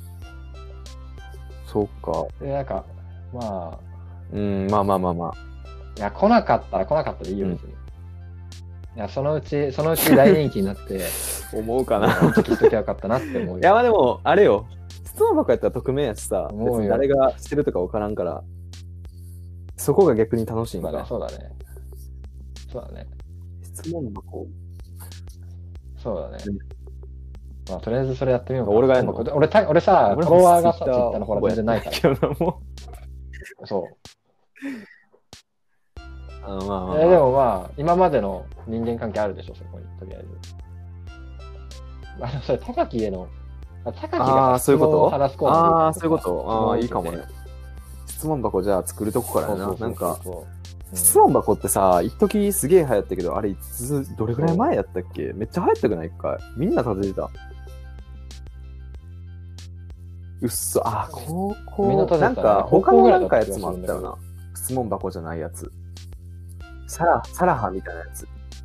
そうか。 で、なんか、 まあ。 いや、来なかったらいいよ、別に。 いや、そのうち大人気になって、 思うかあな。 の時しときゃよかったなって思うよ。 いや、まあでも、あれよ。質問箱やったら匿名やしさ、別思うよに誰がしてるとか分からんから、そこが逆に楽しいんだ。 そうだね。そうだね。 質問箱。 そうだね。まあ、とりあえずそれやってみようか。 俺がやんの俺さ、フォロワーがさ、ツイッターのほら全然ないから。そう。 まあでもまあ、今までの人間関係あるでしょ、そこに、とりあえず。それ、高木への、高木がそういうこと話すコーナーでそういうこといいかもね。質問箱じゃあ作るとこからな。なんか、質問箱ってさ、一時すげえ流行ったけど、あれどれぐらい前やったっけ？めっちゃ流行ったくないかい？みんな立ててた。うっそ、高校、なんか他のなんかやつもあったよな。質問箱じゃないやつ。サラハみたいなやつ。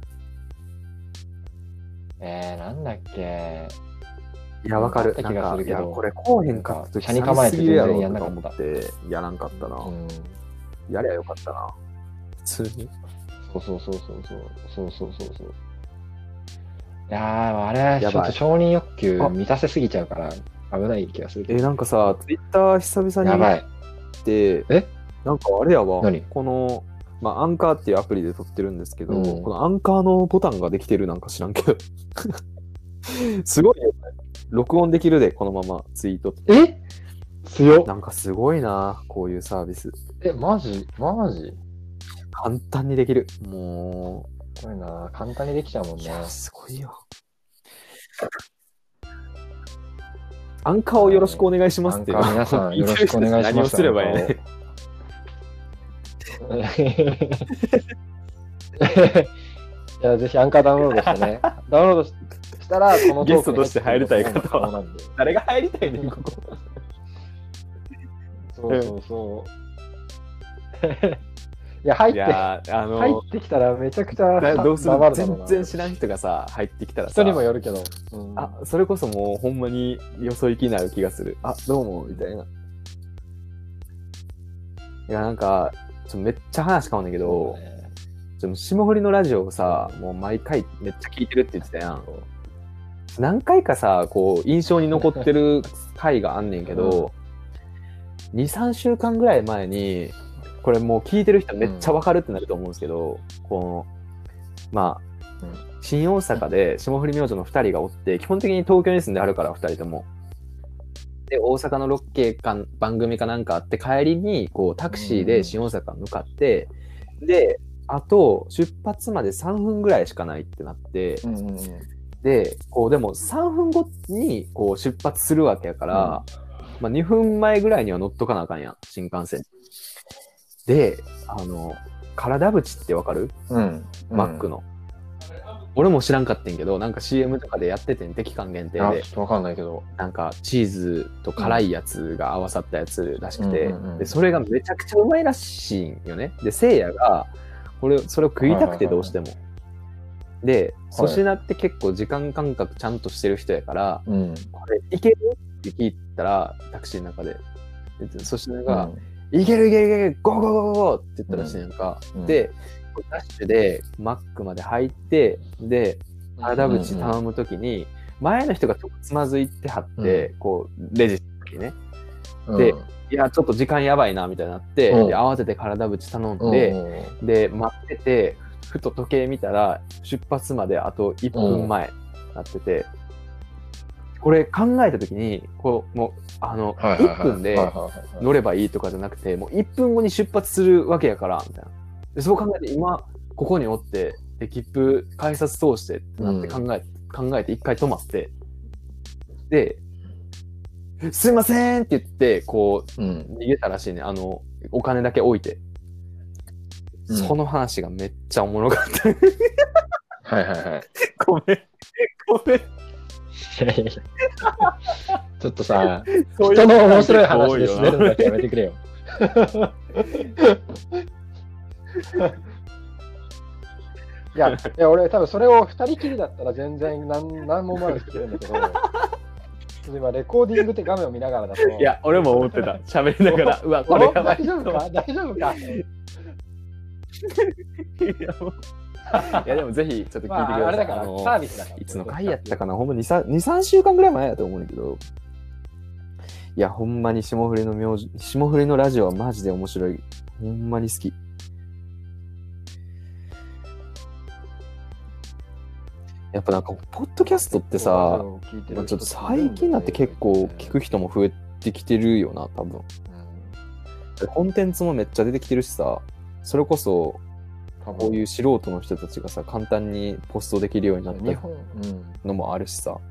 なんだっけ。 いや、わかる。なんか、いや、これこうへんかった時、寂しすぎるやろとか思ってやらんかったな。やりゃよかったな。普通に。 そう。いやー、あれ、ちょっと承認欲求満たせすぎちゃうから危ない気がする。 なんかさ、ツイッター久々に見て、なんかあれやわ、この、アンカーっていうアプリで撮ってるんですけど、このアンカーのボタンができてるなんか知らんけど。すごいよね。録音できるで、このままツイート。 強っ。 なんかすごいな、こういうサービス。 マジ簡単にできる。もう。すごいな、簡単にできちゃうもんね。 いや、すごいよ。アンカーをよろしくお願いしますって。 アンカー皆さんよろしくお願いします。 何をすればいいね。 いや、ぜひアンカーダウンロードしてね。ダウンロードしたら、このゲストとして入りたい方は。誰が入りたいねん、ここ。 そう。いや、入ってきたらめちゃくちゃどうする？全然知らん人がさ、入ってきたらさ。 人にもよるけど。 それこそもうほんまによそ行きになる気がする。どうも、みたいな。いや、なんか、めっちゃ話変わんねんけど、霜降りのラジオをさ、もう毎回めっちゃ聞いてるって言ってたやん。何回かさ、こう、印象に残ってる回があんねんけど、2、3週間ぐらい前に、これもう聞いてる人めっちゃわかるってなると思うんですけど、この、新大阪で霜降り明星の2人がおって、基本的に東京に住んであるから、2人とも。で、大阪のロケか番組かなんかあって、帰りに、こう、タクシーで新大阪向かって、で、あと、出発まで3分ぐらいしかないってなって、で、こう、でも3分後に、こう、出発するわけやから、2分前ぐらいには乗っとかなあかんやん、新幹線。で、体縁ってわかる？マックの。俺も知らんかってんけど、なんか CM とかでやっててんて、期間限定で。 ちょっとわかんないけど。 なんかチーズと辛いやつが合わさったやつらしくて、で、それがめちゃくちゃうまいらしいんよね。で、せいやが、それを食いたくてどうしても。で、粗品って結構時間感覚ちゃんとしてる人やから、これいけるって聞いたら、タクシーの中で。粗品が、いけるゴーゴーゴーゴーって言ったらしいやんか。で、ダッシュでマックまで入って、で、体縁頼むときに、前の人がちょっとつまずいてはって、こう、レジした時ね。で、いや、ちょっと時間やばいな、みたいになって、で慌てて体縁頼んで、で、待ってて、ふと時計見たら、出発まであと1分前なってて、これ考えたときに、もう、1分で乗ればいいとかじゃなくて、もう1分後に出発するわけやから、みたいな。でそう考えて、今、ここにおって、で、切符、改札通してってなって考えて、一回止まって、で、すいませんって言って、こう、逃げたらしいね。お金だけ置いて。その話がめっちゃおもろかった。ごめん。 ちょっとさ、人の面白い話で滑るのだけやめてくれよ。いや、俺多分それを2人きりだったら全然何もまだ聞けるんだけど、今レコーディングって画面を見ながらだと。 いや、俺も思ってた。喋りながら、うわ、これやばい。 大丈夫かいやでもぜひちょっと聞いてください。 まあ、あれだから、サービスだから。 いつの回やったかな、ほんま2、3週間ぐらい前やと思うんだけど、いや、ほんまに霜降りのラジオはマジで面白い。ほんまに好き。やっぱなんか、ポッドキャストってさ、ちょっと最近になって結構聞く人も増えてきてるよな、多分。コンテンツもめっちゃ出てきてるしさ、それこそ、こういう素人の人たちがさ、簡単にポストできるようになったのもあるしさ、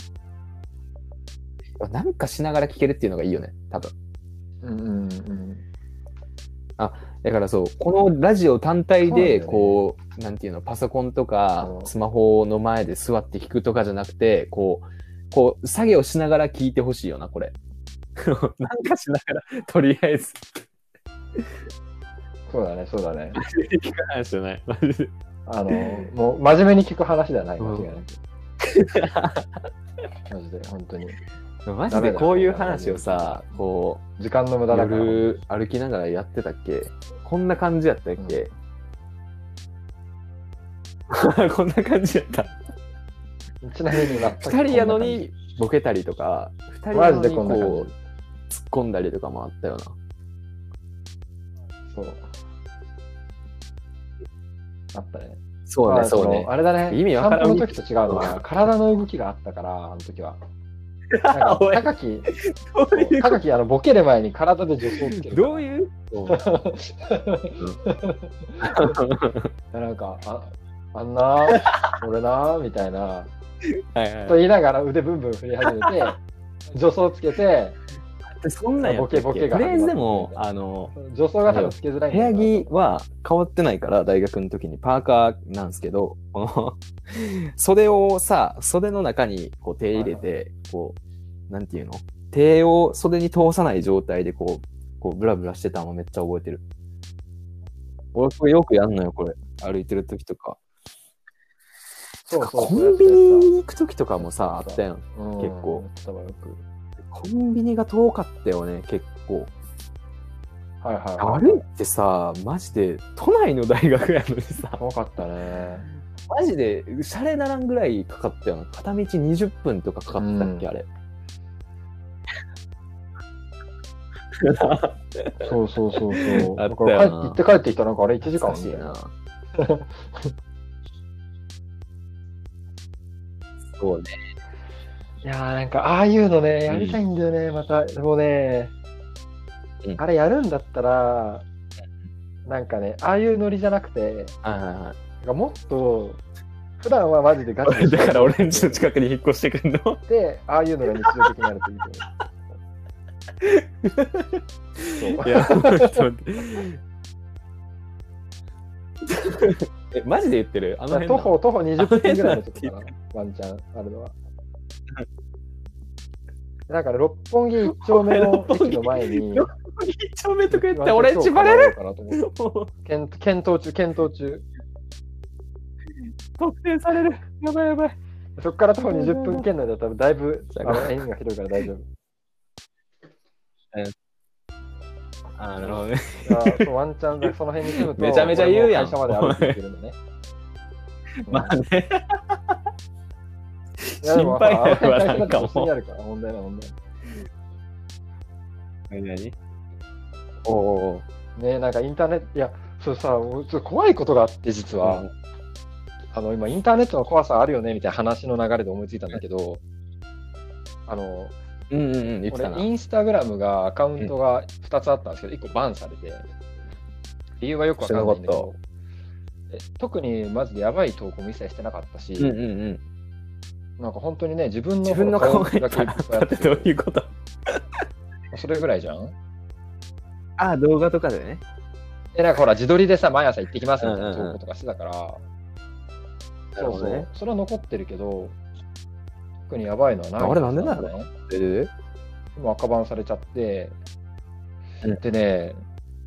なんかしながら聞けるっていうのがいいよね、多分。だからそう、このラジオ単体で、こう、なんていうの、パソコンとかスマホの前で座って聞くとかじゃなくて、こう、作業しながら聞いてほしいよな、これ。なんかしながら、とりあえず。 そうだね。 マジで聞く話じゃない。マジで。 もう真面目に聞く話ではない、間違いなく。マジで、本当に。 マジでこういう話をさ、こう、 時間の無駄だから。 夜歩きながらやってたっけ？こんな感じやったっけ？こんな感じやった。 ちなみに 2人やのにボケたりとか、2人やのにこう、突っ込んだりとかもあったよな。 そう。あったね。 そうね。 あれだね。 意味わからん。 散歩の時と違うのは、体の動きがあったから、あの時は。高木、ボケる前に体で助走つける。 どういうなんか、あんな、俺な、みたいな。と言いながら腕ブンブン振り始めて、助走つけて、 そんなんやったっけ？ ボケが。 とりあえずでも、 助走が多分つけづらい。 部屋着は変わってないから、大学の時にパーカーなんですけど、この袖の中にこう手入れて、こう、なんていうの？手を袖に通さない状態でこうブラブラしてたのをめっちゃ覚えてる。俺これよくやんのよ、これ。歩いてる時とか。コンビニに行く時とかもさ、あったやん。結構。コンビニが遠かったよね、結構。歩いてさ、マジで都内の大学やのにさ。 遠かったね。 マジでシャレならんぐらいかかったよな。片道20分とかかかったっけ、あれ。 そう。 あったよな。 行って帰ってきたらなんかあれ1時間欲しいな。そうね。 いやーなんかああいうのね、やりたいんだよね、また。でもね、あれやるんだったら、なんかね、ああいうノリじゃなくて、もっと、普段はマジでガチで。だから俺んちの近くに引っ越してくんので、ああいうのが日常的にあるといいと思う。いや、ちょっと待って。マジで言ってる？あの辺徒歩20分ぐらいのとこかな、ワンチャンあるのは。だから六本木一丁目の駅の前に。 六本木一丁目とか言って俺んちバレる？ 検討中。 特定される。やばい。 そこから徒歩20分圏内だったらだいぶ円が広いから大丈夫。 なるほどね。 ワンチャンその辺に住むとめちゃめちゃ言うやん。 会社まで歩いていけるのね。 まあね。 心配なのはなんかもう。問題。 何？ ね、なんかインターネット、いや、そうさ、ちょっと怖いことがあって、実は、今インターネットの怖さあるよねみたいな話の流れで思いついたんだけど、俺インスタグラムがアカウントが2つあったんですけど、1個バンされて、理由はよくわかんないんだけど、特にマジでやばい投稿も一切してなかったし、なんか本当にね、自分の顔だけやってどういうこと？ それぐらいじゃん？ 動画とかでね。 なんかほら、自撮りでさ、毎朝行ってきますみたいな投稿とかしてたから、そう。それは残ってるけど、特にやばいのはない。 あれなんでなの？ 今赤バンされちゃって、でね、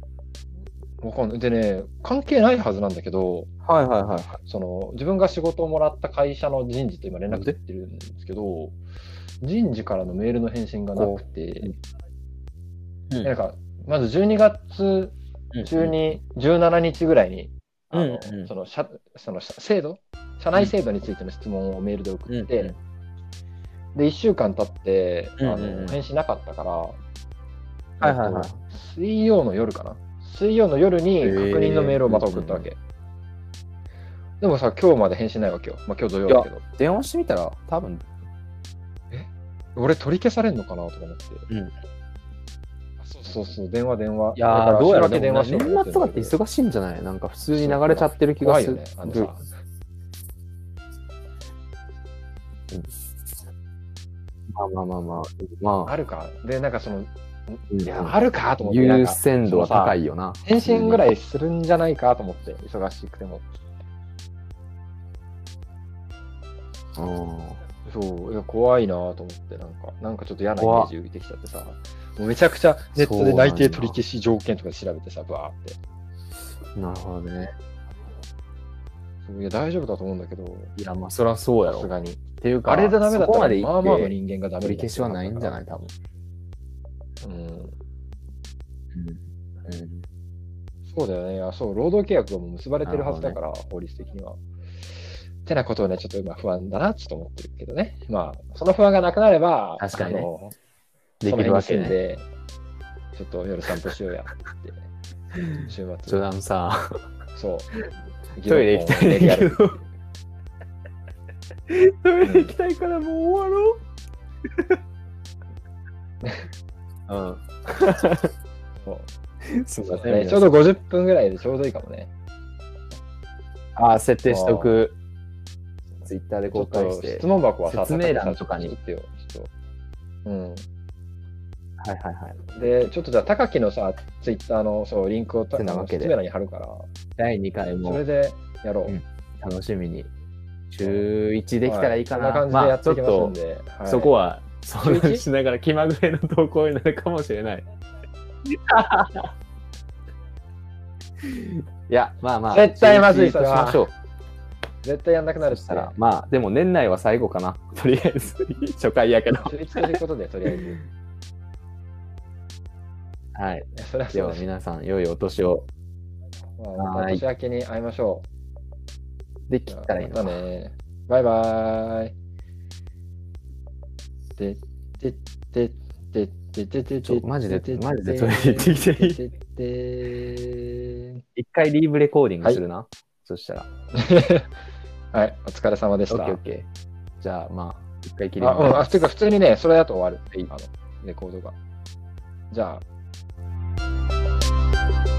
関係ないはずなんだけど、自分が仕事をもらった会社の人事と今連絡取ってるんですけど、人事からのメールの返信がなくて、なんかまず12月中に17日ぐらいにその制度、社内制度についての質問をメールで送って、で、1週間経って、返信なかったから、水曜の夜かな。水曜の夜に確認のメールをまた送ったわけ。でもさ、今日まで返信ないわけよ。まあ今日土曜だけど。 電話してみたら、多分。 俺取り消されんのかなとか思って。そう、電話。 いやー、どうやら年末とかって忙しいんじゃない？なんか普通に流れちゃってる気がする。 ね、まあ。あるか。で、なんかその、いや、あるかと思って。 優先度は高いよな。 返信ぐらいするんじゃないかと思って、忙しくても。そう、いや怖いなと思って、なんかちょっと嫌なイメージ浮いてきちゃってさ、もうめちゃくちゃネットで内定取り消し条件とかで調べてさ、バーって。 なるほどね。 いや、大丈夫だと思うんだけど。 いや、まあ、そりゃそうやろ。 さすがに。 っていうか、 あれでダメだったら、 まあまあの人間がダメだ取り消しはないんじゃない？多分。 そうだよね。そう、労働契約がもう結ばれてるはずだから、法律的には。ってなことをね、ちょっと今不安だなって思ってるけどね。まあ、その不安がなくなれば、 確かにね、 できるわけで、ちょっと夜散歩しようやって。週末。 さ、 そう。 トイレ行きたいんだけど。トイレ行きたいからもう終わろう。 すみませんね。ちょうど50分ぐらいでちょうどいいかもね。 設定しとく。ツイッターで公開して。 質問箱はさ、 説明欄とかに。 で、ちょっとじゃあ、高木のさ、ツイッターのそうリンクを説明欄に貼るから。 第2回も。 それでやろう。 楽しみに。週1できたらいいかな。 こんな感じでやっていきますんで。 そこは、相談しながら気まぐれの投稿になるかもしれない。いや、まあまあ。 絶対まずいとしましょう。 絶対やんなくなるしたら、まあ、でも年内は最後かな。とりあえず、初回やけど。 ということで、とりあえず。 はい。では皆さん、良いお年を。 また年明けに会いましょう。できたらいいのか。またね。バイバーイ。 マジでトイレ行ってきていい？一回リーブレコーディングするな。そしたら。 はい、お疲れ様でした。 オッケー。じゃあ、まあ、一回切ります。てか、普通にね、それだと終わる。レコードが。じゃあ。